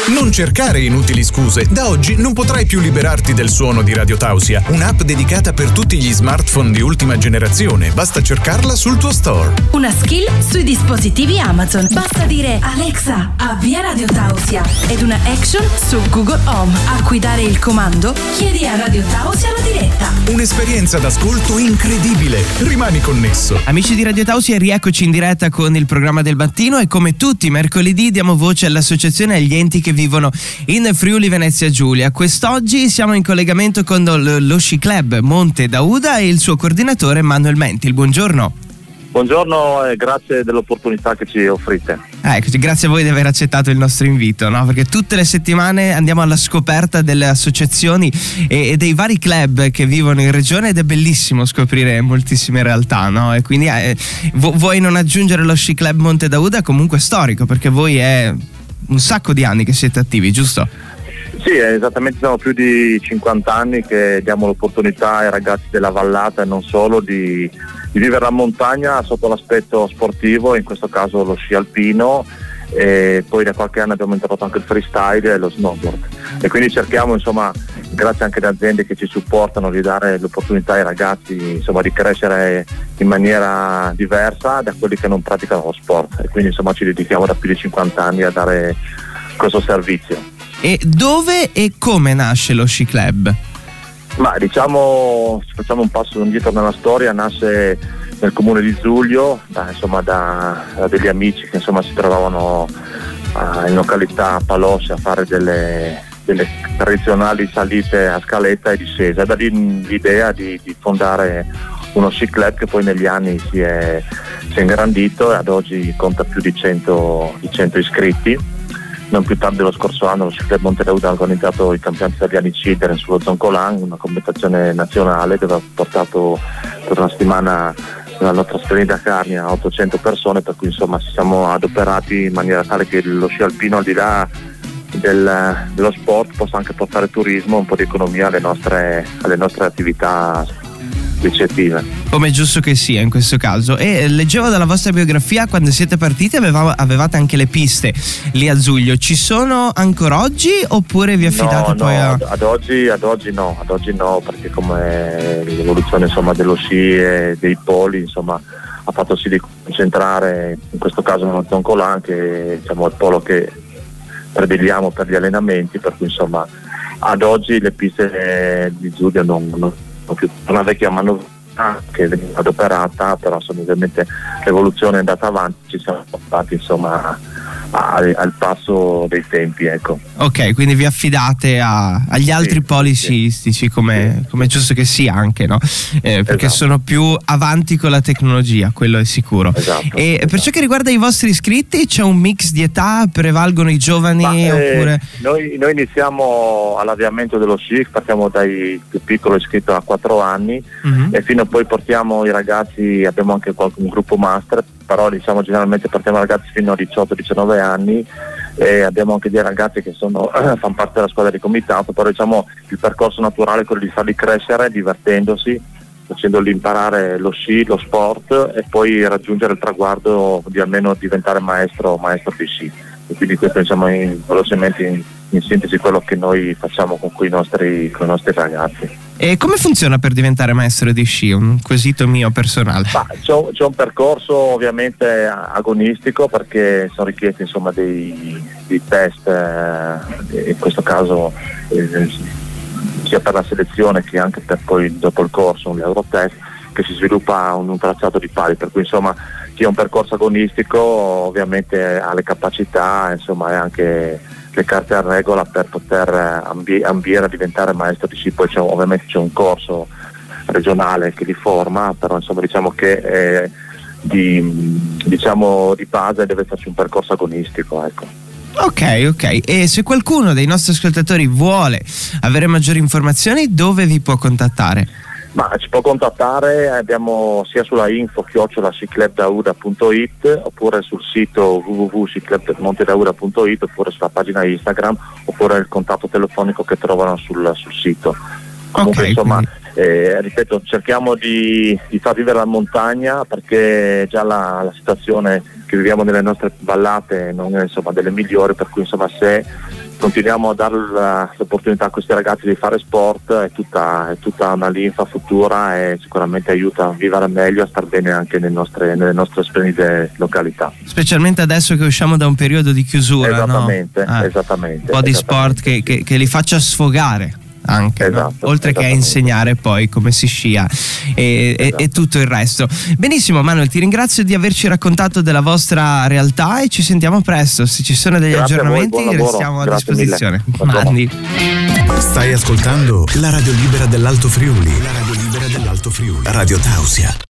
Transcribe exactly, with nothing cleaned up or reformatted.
Non cercare inutili scuse. Da oggi non potrai più liberarti del suono di Radio Tausia, un'app dedicata per tutti gli smartphone di ultima generazione. Basta cercarla sul tuo store. Una skill sui dispositivi Amazon. Basta dire Alexa, avvia Radio Tausia, ed una action su Google Home, a cui dare il comando chiedi a Radio Tausia la diretta. Un'esperienza d'ascolto incredibile. Rimani connesso. Amici di Radio Tausia, rieccoci in diretta con il programma del mattino e come tutti i mercoledì diamo voce all'associazione e agli enti che vivono in Friuli Venezia Giulia. Quest'oggi siamo in collegamento con lo Sci Club Monte Dauda e il suo coordinatore Manuel Mentil. Buongiorno. Buongiorno e grazie dell'opportunità che ci offrite. Eh, eccoci, grazie a voi di aver accettato il nostro invito, no? Perché tutte le settimane andiamo alla scoperta delle associazioni e, e dei vari club che vivono in regione ed è bellissimo scoprire moltissime realtà, no? E quindi eh, vu- vuoi non aggiungere lo Sci Club Monte Dauda, comunque storico, perché voi è un sacco di anni che siete attivi, giusto? Sì, esattamente, siamo più di cinquanta anni che diamo l'opportunità ai ragazzi della vallata e non solo di, di vivere la montagna sotto l'aspetto sportivo, in questo caso lo sci alpino, e poi da qualche anno abbiamo introdotto anche il freestyle e lo snowboard, e quindi cerchiamo, insomma, grazie anche alle aziende che ci supportano, di dare l'opportunità ai ragazzi, insomma, di crescere in maniera diversa da quelli che non praticano lo sport, e quindi, insomma, ci dedichiamo da più di cinquanta anni a dare questo servizio. E dove e come nasce lo Sci Club? Ma diciamo, ci facciamo un passo indietro nella storia, nasce nel comune di Zuglio, da, insomma, da, da degli amici che, insomma, si trovavano uh, in località Palosce a fare delle, delle tradizionali salite a scaletta e discesa. Da lì l'idea di, di fondare uno Sci Club che poi negli anni si è, si è ingrandito e ad oggi conta più di cento, di cento iscritti. Non più tardi dello scorso anno lo Sci Club Monte Dauda ha organizzato i campionati italiani Cidere sullo Zoncolan, una competizione nazionale dove ha portato per una settimana la nostra splendida Carnia a ottocento persone, per cui, insomma, ci siamo adoperati in maniera tale che lo sci alpino, al di là del, dello sport, possa anche portare turismo, un po' di economia alle nostre, alle nostre attività ricettive. Come è giusto che sia in questo caso. E leggevo dalla vostra biografia, quando siete partiti aveva, avevate anche le piste lì a Zuglio. Ci sono ancora oggi oppure vi affidate no, poi no, a... ad oggi, ad oggi no, ad oggi no, perché come l'evoluzione, insomma, dello sci e dei poli, insomma, ha fatto sì di concentrare in questo caso nello Zoncolan, che, diciamo, è il polo che prediligiamo per gli allenamenti, per cui, insomma, ad oggi le piste di Zuglio non, non più una vecchia manovra che veniva adoperata, però, insomma, ovviamente l'evoluzione è andata avanti, ci siamo portati, insomma, a, a, al passo dei tempi, ecco. Ok, quindi vi affidate a, agli altri sì, poli sì. sciistici, come, sì. come è giusto che sia anche, no? Eh, perché Esatto. sono più avanti con la tecnologia, quello è sicuro. Esatto, e esatto. per ciò che riguarda i vostri iscritti, c'è un mix di età? Prevalgono i giovani? Ma, eh, oppure... noi, noi iniziamo all'avviamento dello sci, partiamo dai più piccoli iscritto a quattro anni, Mhm. e fino a poi portiamo i ragazzi, abbiamo anche qualche, un gruppo master, però, diciamo, generalmente portiamo ragazzi fino a diciotto diciannove anni, e abbiamo anche dei ragazzi che sono fanno parte della squadra di comitato, però, diciamo, il percorso naturale è quello di farli crescere divertendosi, facendoli imparare lo sci, lo sport, e poi raggiungere il traguardo di almeno diventare maestro maestro di sci. E quindi questo, diciamo, in, velocemente in, in sintesi quello che noi facciamo con, i nostri, con i nostri ragazzi. E come funziona per diventare maestro di sci? Un quesito mio personale. Ma c'è, un, c'è un percorso ovviamente agonistico, perché sono richiesti, insomma, dei, dei test, eh, in questo caso eh, sia per la selezione che anche per poi dopo il corso, un Eurotest, che si sviluppa un, un tracciato di pali, per cui, insomma, chi ha un percorso agonistico ovviamente ha le capacità, insomma, e anche le carte a regola per poter ambi- ambire a diventare maestro di sci. Poi c'è, ovviamente c'è un corso regionale che li forma, però, insomma, diciamo che eh, di, diciamo, di base deve esserci un percorso agonistico, ecco. Ok, ok. E se qualcuno dei nostri ascoltatori vuole avere maggiori informazioni, dove vi può contattare? Ma ci può contattare, abbiamo sia sulla info chiocciola sciclubdauda punto it, oppure sul sito w w w punto sciclubmontedauda punto it, oppure sulla pagina Instagram, oppure il contatto telefonico che trovano sul, sul sito. Comunque, okay, insomma, quindi... eh, ripeto, cerchiamo di, di far vivere la montagna, perché già la, la situazione che viviamo nelle nostre vallate non è, insomma, delle migliori, per cui, insomma, se continuiamo a dare l'opportunità a questi ragazzi di fare sport, è tutta, è tutta una linfa futura e sicuramente aiuta a vivere meglio, a star bene anche nelle nostre, nelle nostre splendide località. Specialmente adesso che usciamo da un periodo di chiusura, esattamente, no? eh, esattamente. Un po' di esattamente. sport che, che, che li faccia sfogare. Anche, esatto, no? Oltre che a insegnare poi come si scia e, esatto. e, e tutto il resto. Benissimo Manuel, ti ringrazio di averci raccontato della vostra realtà e ci sentiamo presto. Se ci sono degli Grazie aggiornamenti a voi, restiamo a Grazie disposizione. mille. Stai ascoltando la radio libera dell'Alto Friuli. La radio libera dell'Alto Friuli. Radio Tausia.